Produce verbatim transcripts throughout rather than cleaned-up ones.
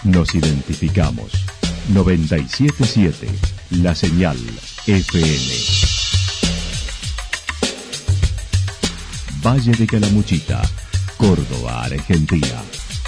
Nos identificamos. noventa y siete punto siete, La Señal F M. Valle de Calamuchita, Córdoba, Argentina.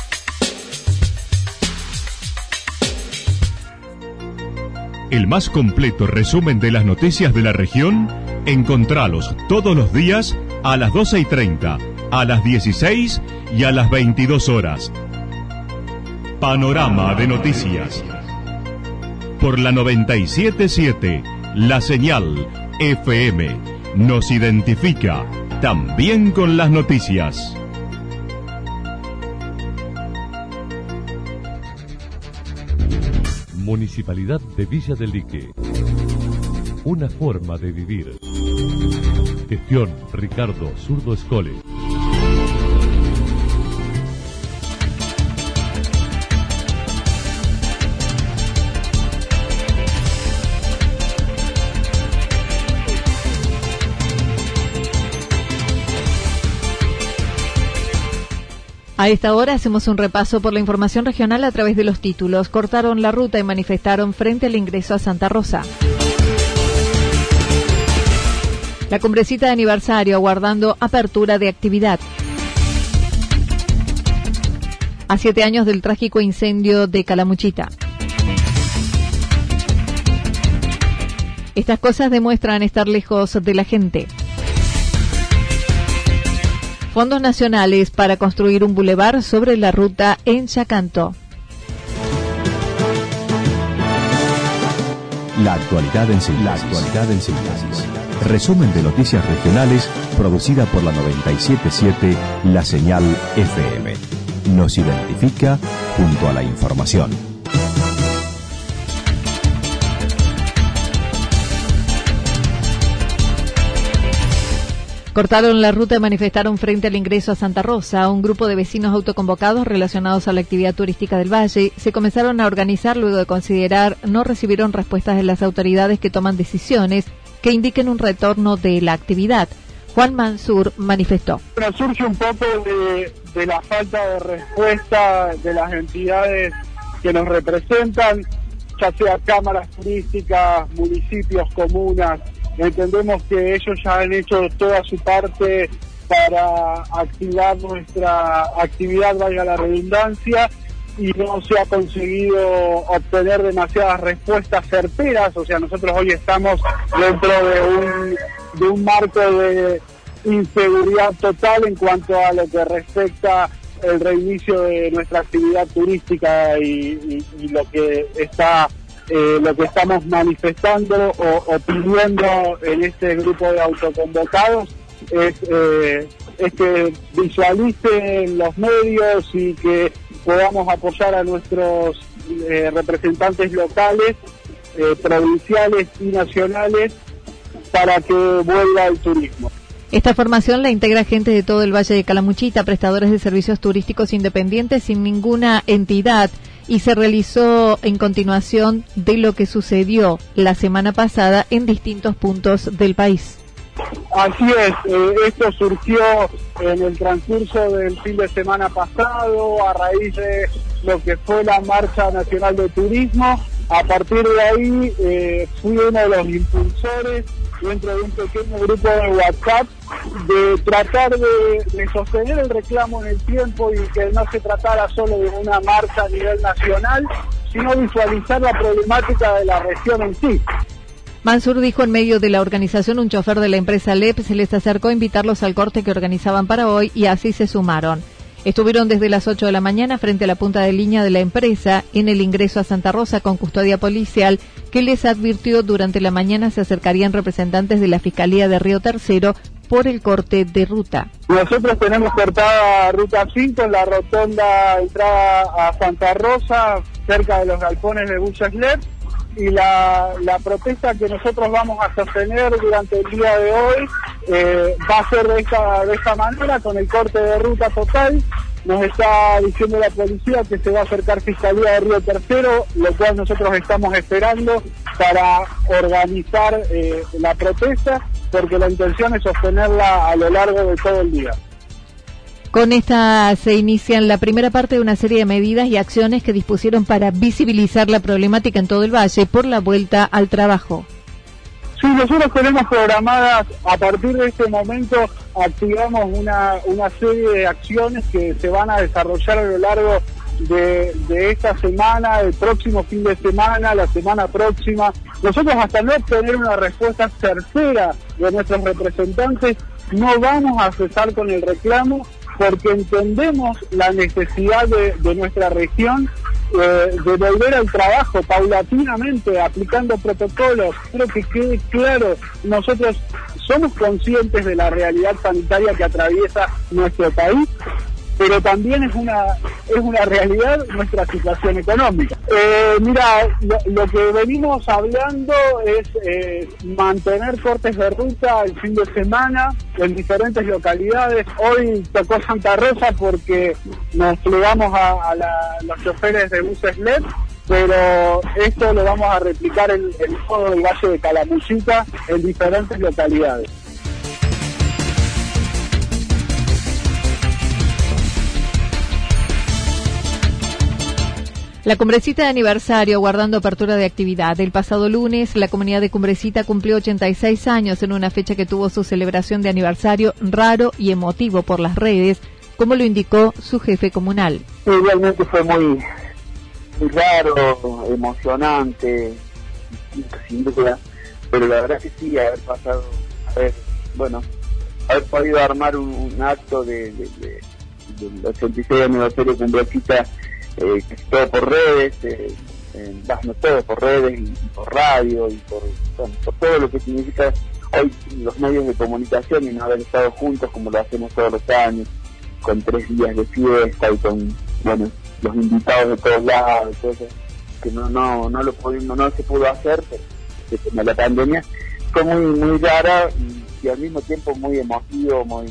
El más completo resumen de las noticias de la región, encontralos todos los días a las doce y treinta, a las dieciséis y a las veintidós horas. Panorama de Noticias. Por la noventa y siete punto siete, La Señal F M. Nos identifica también con las noticias. Municipalidad de Villa del Lique. Una forma de vivir. Gestión Ricardo Zurdo Escole. A esta hora hacemos un repaso por la información regional a través de los títulos. Cortaron la ruta y manifestaron frente al ingreso a Santa Rosa. La cumbrecita de aniversario aguardando apertura de actividad. A siete años del trágico incendio de Calamuchita. Estas cosas demuestran estar lejos de la gente. Fondos nacionales para construir un bulevar sobre la ruta en Yacanto. La actualidad en síntesis. La actualidad en síntesis. Resumen de noticias regionales producida por la noventa y siete punto siete La Señal F M. Nos identifica junto a la información. Cortaron la ruta y manifestaron frente al ingreso a Santa Rosa. Un grupo de vecinos autoconvocados relacionados a la actividad turística del valle se comenzaron a organizar luego de considerar no recibieron respuestas de las autoridades que toman decisiones que indiquen un retorno de la actividad. Juan Mansur manifestó. Pero surge un poco de, de la falta de respuesta de las entidades que nos representan, ya sea cámaras turísticas, municipios, comunas. Entendemos que ellos ya han hecho toda su parte para activar nuestra actividad, valga la redundancia, y no se ha conseguido obtener demasiadas respuestas certeras. O sea, nosotros hoy estamos dentro de un, de un marco de inseguridad total en cuanto a lo que respecta el reinicio de nuestra actividad turística y, y, y lo que está... Eh, lo que estamos manifestando o, o pidiendo en este grupo de autoconvocados es, eh, es que visualicen los medios y que podamos apoyar a nuestros eh, representantes locales, eh, provinciales y nacionales para que vuelva el turismo. Esta formación la integra gente de todo el Valle de Calamuchita, prestadores de servicios turísticos independientes sin ninguna entidad, y se realizó en continuación de lo que sucedió la semana pasada en distintos puntos del país. Así es, eh, esto surgió en el transcurso del fin de semana pasado a raíz de lo que fue la Marcha Nacional de Turismo. A partir de ahí eh, fui uno de los impulsores dentro de un pequeño grupo de WhatsApp de tratar de, de sostener el reclamo en el tiempo y que no se tratara solo de una marcha a nivel nacional, sino visualizar la problemática de la región en sí. Mansur dijo en medio de la organización, un chofer de la empresa L E P se les acercó a invitarlos al corte que organizaban para hoy y así se sumaron. Estuvieron desde las ocho de la mañana frente a la punta de línea de la empresa en el ingreso a Santa Rosa con custodia policial, que les advirtió durante la mañana se acercarían representantes de la Fiscalía de Río Tercero por el corte de ruta. Nosotros tenemos cortada ruta cinco en la rotonda entrada a Santa Rosa, cerca de los galpones de Buchaslet, y la, la protesta que nosotros vamos a sostener durante el día de hoy eh, va a ser de esta, de esta manera, con el corte de ruta total. Nos está diciendo la policía que se va a acercar Fiscalía de Río Tercero, lo cual nosotros estamos esperando para organizar eh, la protesta, porque la intención es sostenerla a lo largo de todo el día. Con esta se inician la primera parte de una serie de medidas y acciones que dispusieron para visibilizar la problemática en todo el valle por la vuelta al trabajo. Sí, nosotros tenemos programadas, a partir de este momento, activamos una, una serie de acciones que se van a desarrollar a lo largo de, de esta semana, el próximo fin de semana, la semana próxima. Nosotros, hasta no obtener una respuesta certera de nuestros representantes, no vamos a cesar con el reclamo, porque entendemos la necesidad de, de nuestra región eh, de volver al trabajo paulatinamente, aplicando protocolos. Creo que quede claro, nosotros somos conscientes de la realidad sanitaria que atraviesa nuestro país, pero también es una es una realidad nuestra situación económica. Eh, mira, lo, lo que venimos hablando es eh, mantener cortes de ruta el fin de semana en diferentes localidades. Hoy tocó Santa Rosa porque nos plegamos a, a la, los choferes de buses L E D, pero esto lo vamos a replicar en, en todo el Valle de Calamuchita en diferentes localidades. La Cumbrecita de aniversario, guardando apertura de actividad. El pasado lunes, la comunidad de Cumbrecita cumplió ochenta y seis años en una fecha que tuvo su celebración de aniversario raro y emotivo por las redes, como lo indicó su jefe comunal. Sí, realmente fue muy, muy raro, emocionante, sin duda, pero la verdad que sí, haber pasado, haber, bueno, haber podido armar un, un acto de, de, de, del ochenta y seis aniversario de Cumbrecita, Eh, todo por redes, eh, eh, no todo por redes y, y por radio y por, bueno, por todo lo que significa hoy los medios de comunicación y no haber estado juntos como lo hacemos todos los años, con tres días de fiesta y con, bueno, los invitados de todos lados, cosas que no no no lo pudimos, no se pudo hacer por la pandemia. Fue muy muy rara y, y al mismo tiempo muy emotivo, muy,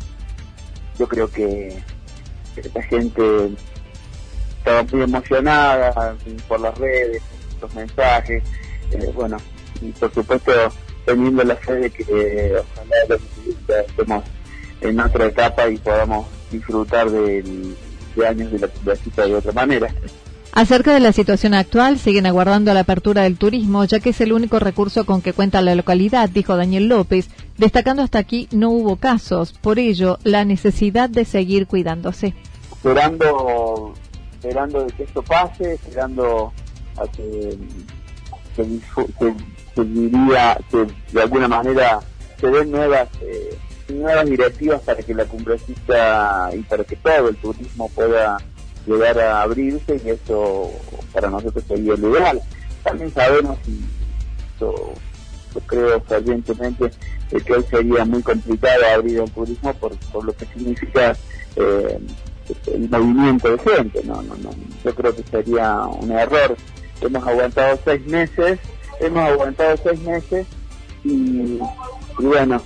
yo creo que, que la gente estaba muy emocionada por las redes, los mensajes, eh, bueno, y por supuesto teniendo la fe de que eh, ojalá los estemos en otra etapa y podamos disfrutar del, de años de la Cumbrecita de otra manera. Acerca de la situación actual, siguen aguardando la apertura del turismo, ya que es el único recurso con que cuenta la localidad, dijo Daniel López, destacando hasta aquí no hubo casos, por ello la necesidad de seguir cuidándose. Esperando esperando de que esto pase, esperando a que se, se, se diría que de alguna manera se den nuevas eh, nuevas directivas para que la Cumbrecita y para que todo el turismo pueda llegar a abrirse, y eso para nosotros sería lo ideal. También sabemos, y yo, yo creo fervientemente, eh, que hoy sería muy complicado abrir el turismo por, por lo que significa eh, el movimiento de gente. No, no, no, yo creo que sería un error. Hemos aguantado seis meses, hemos aguantado seis meses y, y bueno,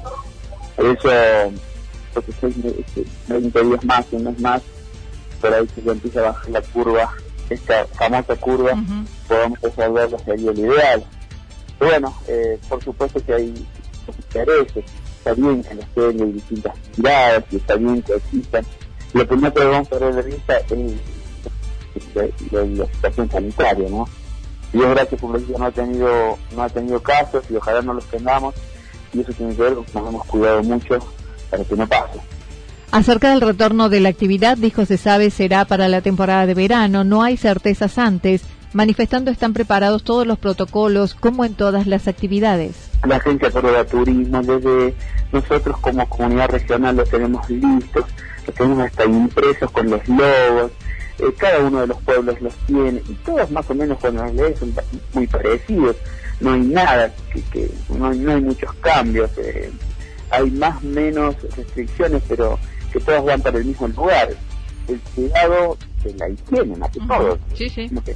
eso, porque seis meses, veinte días más, un mes más, por ahí se empieza a bajar la curva, esta famosa curva, uh-huh. Podamos resolverla, sería lo ideal. Pero bueno, eh, por supuesto que hay intereses, está bien que en las tele hay distintas miradas y está bien que existan. Lo que no podemos perder de vista es la, la, la situación sanitaria, ¿no? Dios gracias, Cumbrecita no ha tenido no ha tenido casos y ojalá no los tengamos, y eso tiene que ver con que nos hemos cuidado mucho para que no pase. Acerca del retorno de la actividad, dijo se sabe será para la temporada de verano, no hay certezas antes, manifestando están preparados todos los protocolos como en todas las actividades. La Agencia Córdoba Turismo, desde nosotros como comunidad regional los tenemos listos, los tenemos hasta impresos con los logos, eh, cada uno de los pueblos los tiene, y todos más o menos cuando los lees son muy parecidos, no hay nada, que, que no, hay, no hay muchos cambios, eh, hay más o menos restricciones, pero que todas van para el mismo lugar. El cuidado de la higiene, más que uh-huh. todo. Sí, sí. Que,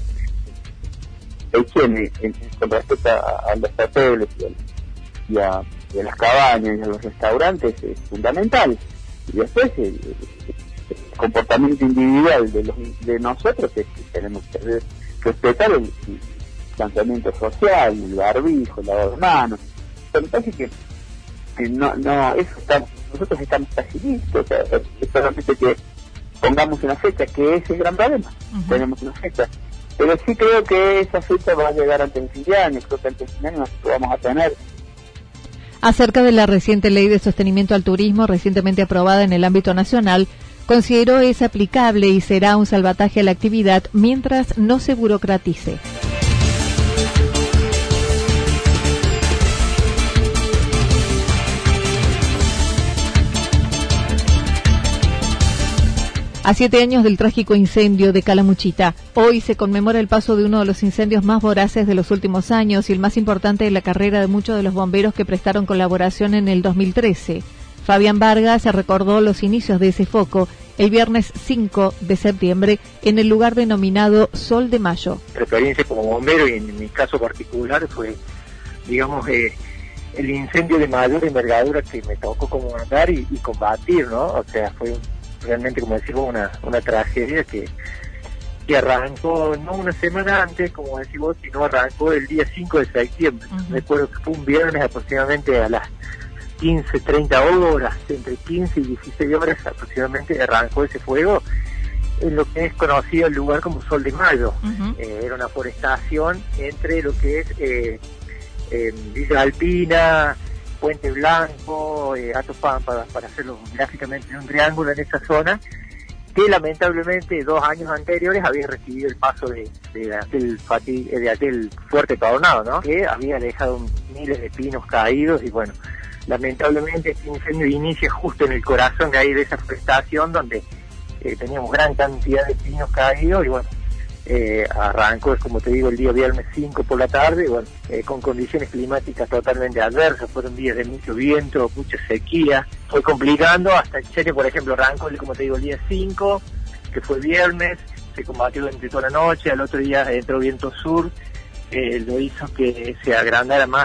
la higiene en, con respecto a, a los hoteles y a, y, a, y a las cabañas y a los restaurantes es fundamental. Y después el, el comportamiento individual de los de nosotros es que tenemos que respetar el, el distanciamiento social, el barbijo, el lavado de manos. Pero me parece que, que no, no, eso está nosotros estamos casi listos, o sea, es solamente que pongamos una fecha, que es el gran problema, uh-huh. Tenemos una fecha. Pero sí creo que esa fecha va a llegar antes del fin de año, creo que antes del fin de año nosotros vamos a tener. Acerca de la reciente ley de sostenimiento al turismo, recientemente aprobada en el ámbito nacional, consideró es aplicable y será un salvataje a la actividad mientras no se burocratice. A siete años del trágico incendio de Calamuchita, hoy se conmemora el paso de uno de los incendios más voraces de los últimos años y el más importante de la carrera de muchos de los bomberos que prestaron colaboración en el dos mil trece. Fabián Vargas se recordó los inicios de ese foco el viernes cinco de septiembre en el lugar denominado Sol de Mayo. La experiencia como bombero, y en mi caso particular, fue, digamos, eh, el incendio de mayor envergadura que me tocó comandar y, y combatir, ¿no? O sea, fue un realmente, como decimos, una, una tragedia que, que arrancó no una semana antes, como decimos, sino arrancó el día cinco de septiembre. Uh-huh. Recuerdo que fue un viernes aproximadamente a las quince, treinta horas, entre quince y dieciséis horas aproximadamente arrancó ese fuego en lo que es conocido el lugar como Sol de Mayo. Uh-huh. Eh, era una forestación entre lo que es eh, eh, Villa Alpina, Puente Blanco, eh, Hato Pampa, para hacerlo gráficamente un triángulo en esa zona, que lamentablemente dos años anteriores había recibido el paso de, de, aquel, fati, de aquel fuerte tornado, ¿no? Que había dejado miles de pinos caídos y bueno, lamentablemente este incendio inicia justo en el corazón de ahí de esa forestación donde eh, teníamos gran cantidad de pinos caídos y bueno, Eh, arrancó, como te digo, el día viernes cinco por la tarde, bueno, eh, con condiciones climáticas totalmente adversas, fueron días de mucho viento, mucha sequía, fue complicando hasta el cheque, por ejemplo, arrancó, como te digo, el día cinco, que fue viernes, se combatió durante toda la noche, al otro día entró viento sur, eh, lo hizo que se agrandara más.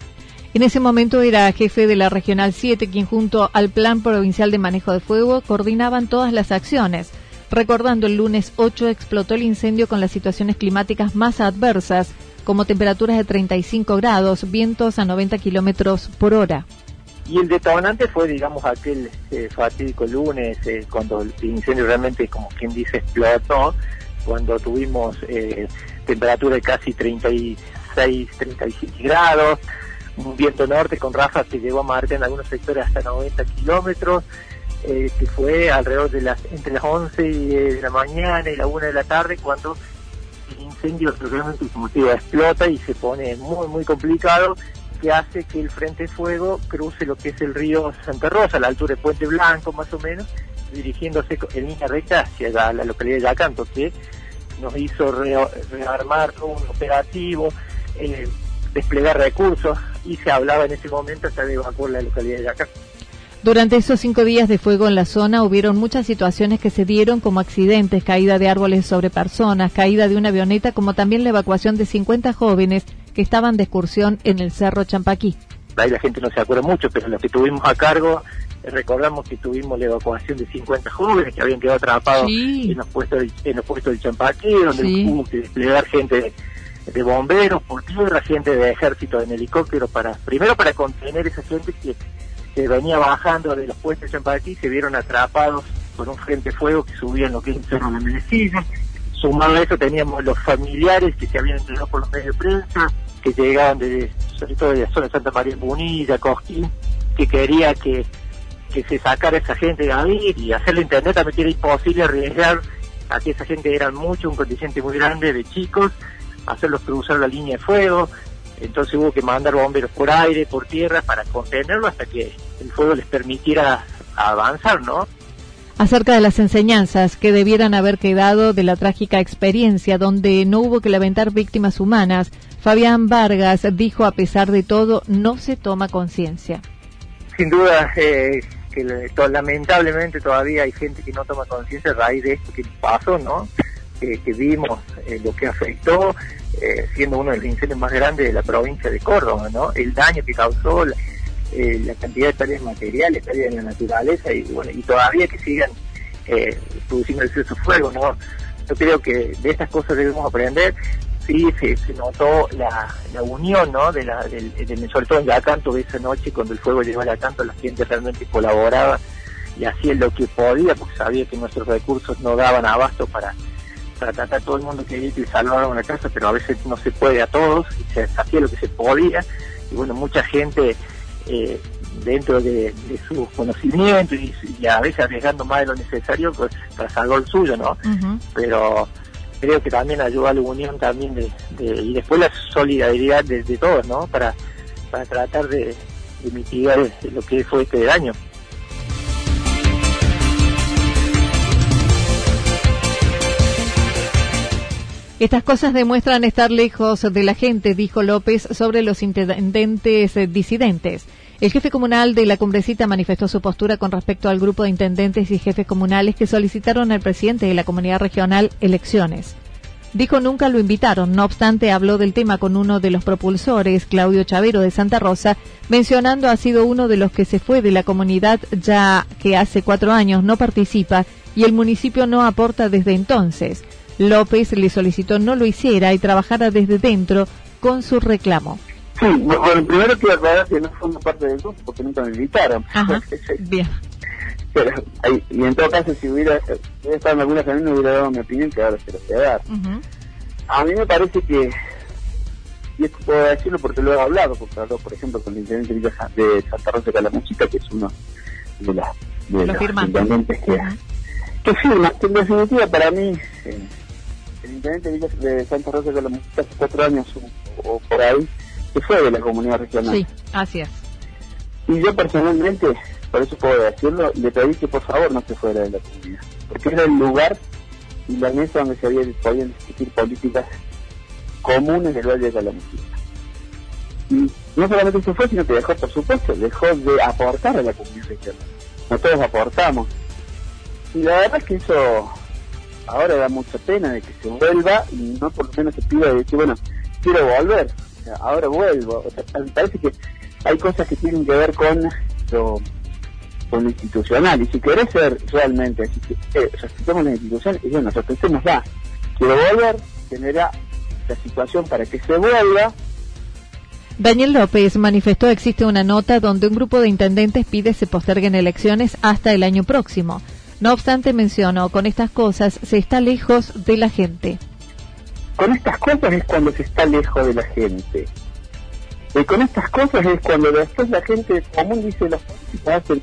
En ese momento era jefe de la Regional siete, quien junto al Plan Provincial de Manejo de Fuego coordinaban todas las acciones. Recordando, el lunes ocho explotó el incendio con las situaciones climáticas más adversas, como temperaturas de treinta y cinco grados, vientos a noventa kilómetros por hora. Y el detonante fue, digamos, aquel eh, fatídico lunes, eh, cuando el incendio realmente, como quien dice, explotó, cuando tuvimos eh, temperatura de casi treinta y seis, treinta y siete grados, un viento norte con ráfagas que llegó a marcar en algunos sectores hasta noventa kilómetros, Eh, que fue alrededor de las entre las once de la mañana y la una de la tarde cuando el incendio realmente, como te digo, explota y se pone muy muy complicado, que hace que el frente de fuego cruce lo que es el río Santa Rosa a la altura de Puente Blanco más o menos, dirigiéndose en línea recta hacia la, la localidad de Yacanto, que nos hizo re, rearmar un operativo, eh, desplegar recursos y se hablaba en ese momento hasta de evacuar la localidad de Yacanto. Durante esos cinco días de fuego en la zona hubieron muchas situaciones que se dieron, como accidentes, caída de árboles sobre personas, caída de una avioneta, como también la evacuación de cincuenta jóvenes que estaban de excursión en el Cerro Champaquí. Ahí la gente no se acuerda mucho, pero los que tuvimos a cargo, eh, recordamos que tuvimos la evacuación de cincuenta jóvenes que habían quedado atrapados sí. en los puestos del, en los puestos del Champaquí, donde sí. hubo que desplegar gente de, de bomberos por tierra, gente de ejército en helicóptero, para primero para contener esa gente que que venía bajando de los puestos de Champaquí, se vieron atrapados por un frente de fuego que subía en lo que es el Cerro de Menecillo. Sumado a eso teníamos los familiares que se habían enterado por los medios de prensa, que llegaban de, sobre todo de la zona de Santa María Punilla, Cosquín, que quería que, que se sacara esa gente de ahí y hacerle entender también que era imposible arriesgar a que esa gente era mucho, un contingente muy grande de chicos, hacerlos cruzar la línea de fuego. Entonces hubo que mandar bomberos por aire, por tierra, para contenerlo hasta que el fuego les permitiera avanzar, ¿no? Acerca de las enseñanzas que debieran haber quedado de la trágica experiencia, donde no hubo que lamentar víctimas humanas, Fabián Vargas dijo: a pesar de todo, no se toma conciencia. Sin duda, eh, que to- lamentablemente todavía hay gente que no toma conciencia a raíz de esto que pasó, ¿no? Que, que vimos eh, lo que afectó, eh, siendo uno de los incendios más grandes de la provincia de Córdoba, ¿no? El daño que causó, la, eh, la cantidad de pérdidas materiales, pérdidas en la naturaleza y bueno, y todavía que sigan eh, produciendo esos fuegos, ¿no? Yo creo que de estas cosas debemos aprender. sí se, se notó la, la unión, ¿no? De la, del, del, sobre todo en Yacanto, de esa noche cuando el fuego llegó a Yacanto, la gente realmente colaboraba y hacía lo que podía, porque sabía que nuestros recursos no daban abasto para, para tratar a todo el mundo que que salvara una casa, pero a veces no se puede a todos, y se hacía lo que se podía, y bueno, mucha gente eh, dentro de, de sus conocimientos y, y a veces arriesgando más de lo necesario, pues para salvar el suyo, ¿no? Uh-huh. Pero creo que también ayuda a la unión también de, de y después la solidaridad de, de todos, ¿no? Para, para tratar de, de mitigar lo que fue este daño. Estas cosas demuestran estar lejos de la gente, dijo López sobre los intendentes disidentes. El jefe comunal de la Cumbrecita manifestó su postura con respecto al grupo de intendentes y jefes comunales que solicitaron al presidente de la comunidad regional elecciones. Dijo nunca lo invitaron, no obstante habló del tema con uno de los propulsores, Claudio Chavero de Santa Rosa, mencionando ha sido uno de los que se fue de la comunidad ya que hace cuatro años no participa y el municipio no aporta desde entonces. López le solicitó no lo hiciera y trabajara desde dentro con su reclamo. Sí, bueno, primero quiero aclarar que no formo parte del grupo porque nunca me invitaron. Ajá, bien. Pero, y en todo caso, si hubiera, hubiera estado en alguna reunión, no hubiera dado mi opinión, que ahora se lo voy a dar. Uh-huh. A mí me parece que, y esto puedo decirlo porque lo he hablado, porque habló, por ejemplo, con el intendente de Santa Rosa de Calamuchita, que es uno de, la, de los intendentes que, uh-huh. que firma, que en definitiva para mí... Eh, el intendente de Santa Rosa de Calamuchita hace cuatro años o, o por ahí se fue de la comunidad regional. Sí, así es. Y yo personalmente, por eso puedo decirlo, le pedí que por favor no se fuera de la comunidad, porque era el lugar y la mesa donde se había, podían discutir políticas comunes del Valle de Calamuchita. Y no solamente se fue, sino que dejó, por supuesto, dejó de aportar a la comunidad regional. No todos aportamos. Y la verdad es que eso... ahora da mucha pena de que se vuelva y no por lo menos se pida de decir, bueno, quiero volver, o sea, ahora vuelvo. O sea, me parece que hay cosas que tienen que ver con lo, con lo institucional, y si querés ser realmente, así que eh, respetemos la institución, y bueno, respetémosla. Quiero volver, genera la situación para que se vuelva. Daniel López manifestó existe una nota donde un grupo de intendentes pide se posterguen elecciones hasta el año próximo. No obstante, mencionó, con estas cosas se está lejos de la gente. Con estas cosas es cuando se está lejos de la gente. Y con estas cosas es cuando después la gente común dice las políticas hacen,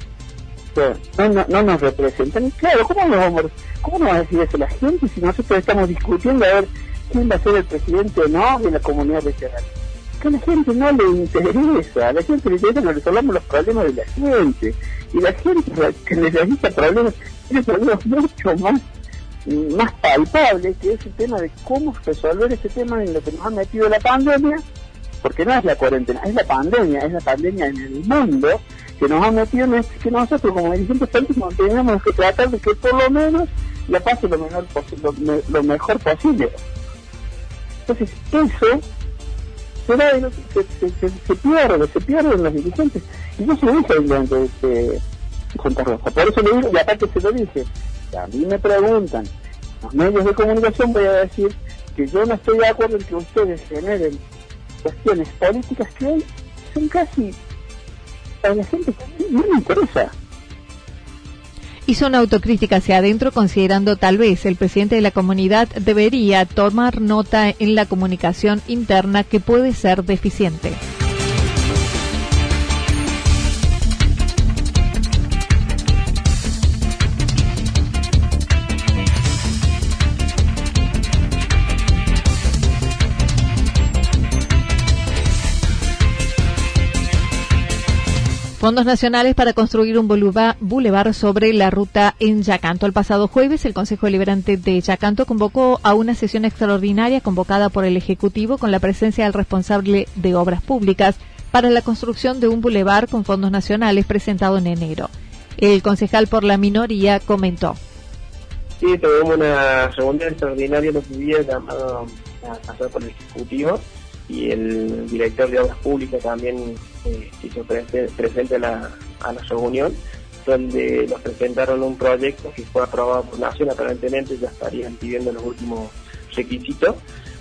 no, no, no nos representan. Y claro, ¿cómo nos vamos, cómo nos va a decir eso la gente si nosotros estamos discutiendo a ver quién va a ser el presidente o no de la comunidad regional? Que a la gente no le interesa, a la gente le interesa que resolvamos los problemas de la gente. Y la gente que necesita problemas, tiene problemas mucho más, más palpables, que es el tema de cómo resolver ese tema en lo que nos ha metido la pandemia, porque no es la cuarentena, es la pandemia, es la pandemia en el mundo que nos ha metido en este, que nosotros como dirigentes políticos tenemos que tratar de que por lo menos la pase lo mejor, lo, lo mejor posible. Entonces eso se, da, se, se, se, se pierde, se pierden los dirigentes. Y yo se lo dije dentro de este Santa Rosa, por eso le digo, y aparte se lo dije, si a mí me preguntan los medios de comunicación, voy a decir que yo no estoy de acuerdo en que ustedes generen cuestiones políticas que hoy son casi para la gente que no le interesa. Hizo una autocrítica hacia adentro, considerando tal vez el presidente de la comunidad debería tomar nota en la comunicación interna que puede ser deficiente. Fondos nacionales para construir un bulevar sobre la ruta en Yacanto. El pasado jueves, el Consejo Deliberante de Yacanto convocó a una sesión extraordinaria convocada por el Ejecutivo con la presencia del responsable de Obras Públicas para la construcción de un bulevar con fondos nacionales presentado en enero. El concejal por la minoría comentó. Sí, tuvimos una reunión extraordinaria los días llamado a pasar por el Ejecutivo y el director de Obras Públicas también eh, hizo pre- presente a la, a la reunión, donde nos presentaron un proyecto que fue aprobado por Nación, aparentemente ya estarían pidiendo los últimos requisitos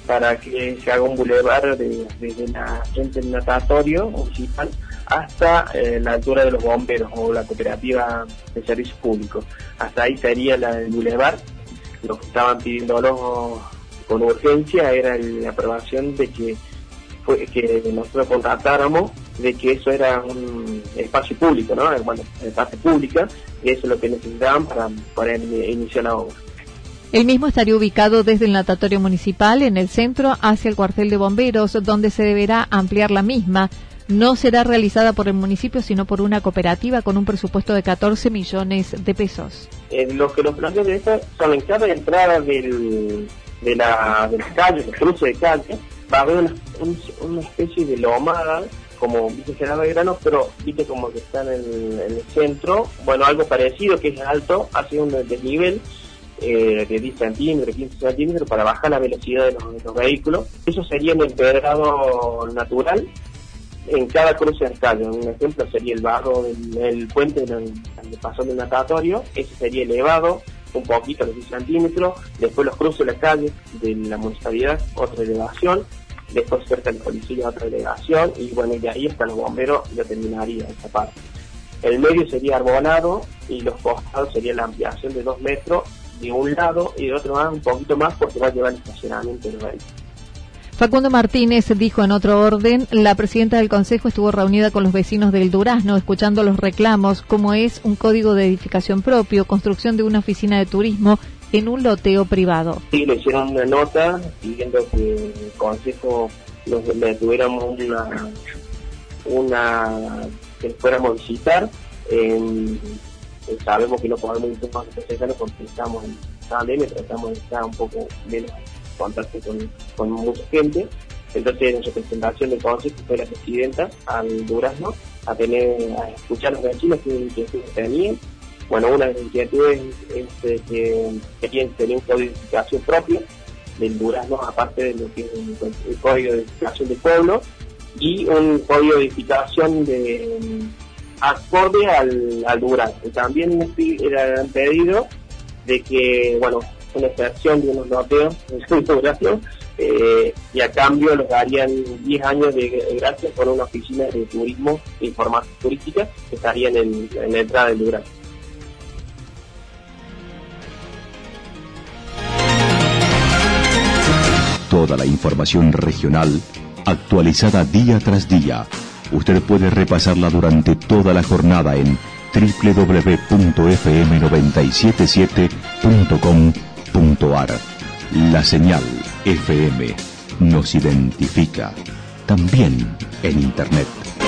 para que se haga un bulevar de, desde la frente del natatorio municipal hasta eh, la altura de los bomberos o la cooperativa de servicios públicos. Hasta ahí sería la, el bulevar. Lo que estaban pidiéndolo con urgencia era la aprobación de que fue que nosotros contratáramos de que eso era un espacio público, ¿no? Bueno, espacio pública, y eso es lo que necesitaban para, para iniciar la obra. El mismo estaría ubicado desde el natatorio municipal en el centro hacia el cuartel de bomberos, donde se deberá ampliar la misma. No será realizada por el municipio, sino por una cooperativa con un presupuesto de catorce millones de pesos. Eh, lo que los planteos de esta son en cada entrada del, de la de las calles, el cruce de calle, va a haber una, un, una especie de lomada, como dice Gerardo Grano, pero viste como que está en el, en el centro, bueno, algo parecido, que es alto, hace un desnivel eh, de diez centímetros, quince centímetros, para bajar la velocidad de los, de los vehículos. Eso sería un empedrado natural en cada cruce de calle. Un ejemplo sería el barro del el puente donde pasó el natatorio, ese sería elevado un poquito, los diez centímetros, después los cruces de la calle de la municipalidad, otra elevación, después cerca del policía otra elevación, y bueno, y de ahí hasta los bomberos ya terminaría esa parte. El medio sería arbonado y los costados sería la ampliación de dos metros de un lado y de otro lado un poquito más, porque va a llevar el estacionamiento de los vehículos. Facundo Martínez dijo en otro orden, la presidenta del Consejo estuvo reunida con los vecinos del Durazno, escuchando los reclamos, como es un código de edificación propio, construcción de una oficina de turismo en un loteo privado. Sí, le hicieron una nota pidiendo que el Consejo nos, le tuviéramos una, una que fuéramos a visitar. Eh, sabemos que no podemos ir más especiales porque estamos en pandemia, tratamos de estar un poco menos contacto con, con mucha gente. Entonces en representación del Consejo fue la presidenta al Durazno a tener a escuchar a los vecinos que inquietudes tenían. Bueno, una de las inquietudes es, es que querían tener un código de edificación propio del Durazno, aparte de lo que es el, el código de edificación del pueblo, y un código de edificación de acorde al, al Durazno. Y también era pedido de que, bueno, una excepción de unos loteos de Durazno, eh, y a cambio los darían diez años de gracia por una oficina de turismo e información turística que estaría en, el, en la entrada del Durazno. Toda la información regional actualizada día tras día. Usted puede repasarla durante toda la jornada en doble u doble u doble u punto efe eme noventa y siete siete punto com punto ar. La señal F M nos identifica también en Internet.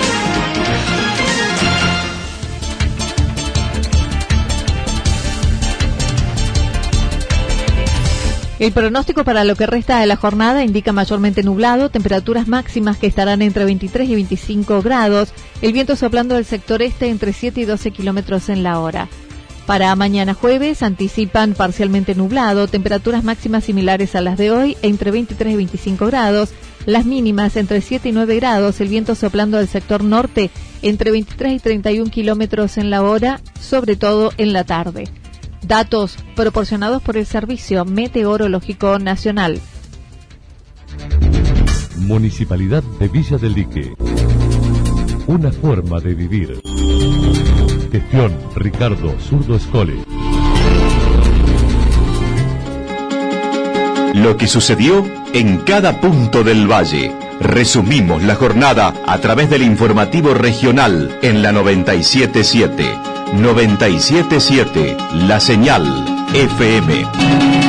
El pronóstico para lo que resta de la jornada indica mayormente nublado, temperaturas máximas que estarán entre veintitrés y veinticinco grados, el viento soplando del sector este entre siete y doce kilómetros en la hora. Para mañana jueves anticipan parcialmente nublado, temperaturas máximas similares a las de hoy, entre veintitrés y veinticinco grados, las mínimas entre siete y nueve grados, el viento soplando del sector norte entre veintitrés y treinta y un kilómetros en la hora, sobre todo en la tarde. Datos proporcionados por el Servicio Meteorológico Nacional. Municipalidad de Villa del Lique. Una forma de vivir. Gestión Ricardo Zurdo Escole. Lo que sucedió en cada punto del valle. Resumimos la jornada a través del informativo regional en la noventa y siete punto siete. noventa y siete punto siete, La Señal F M.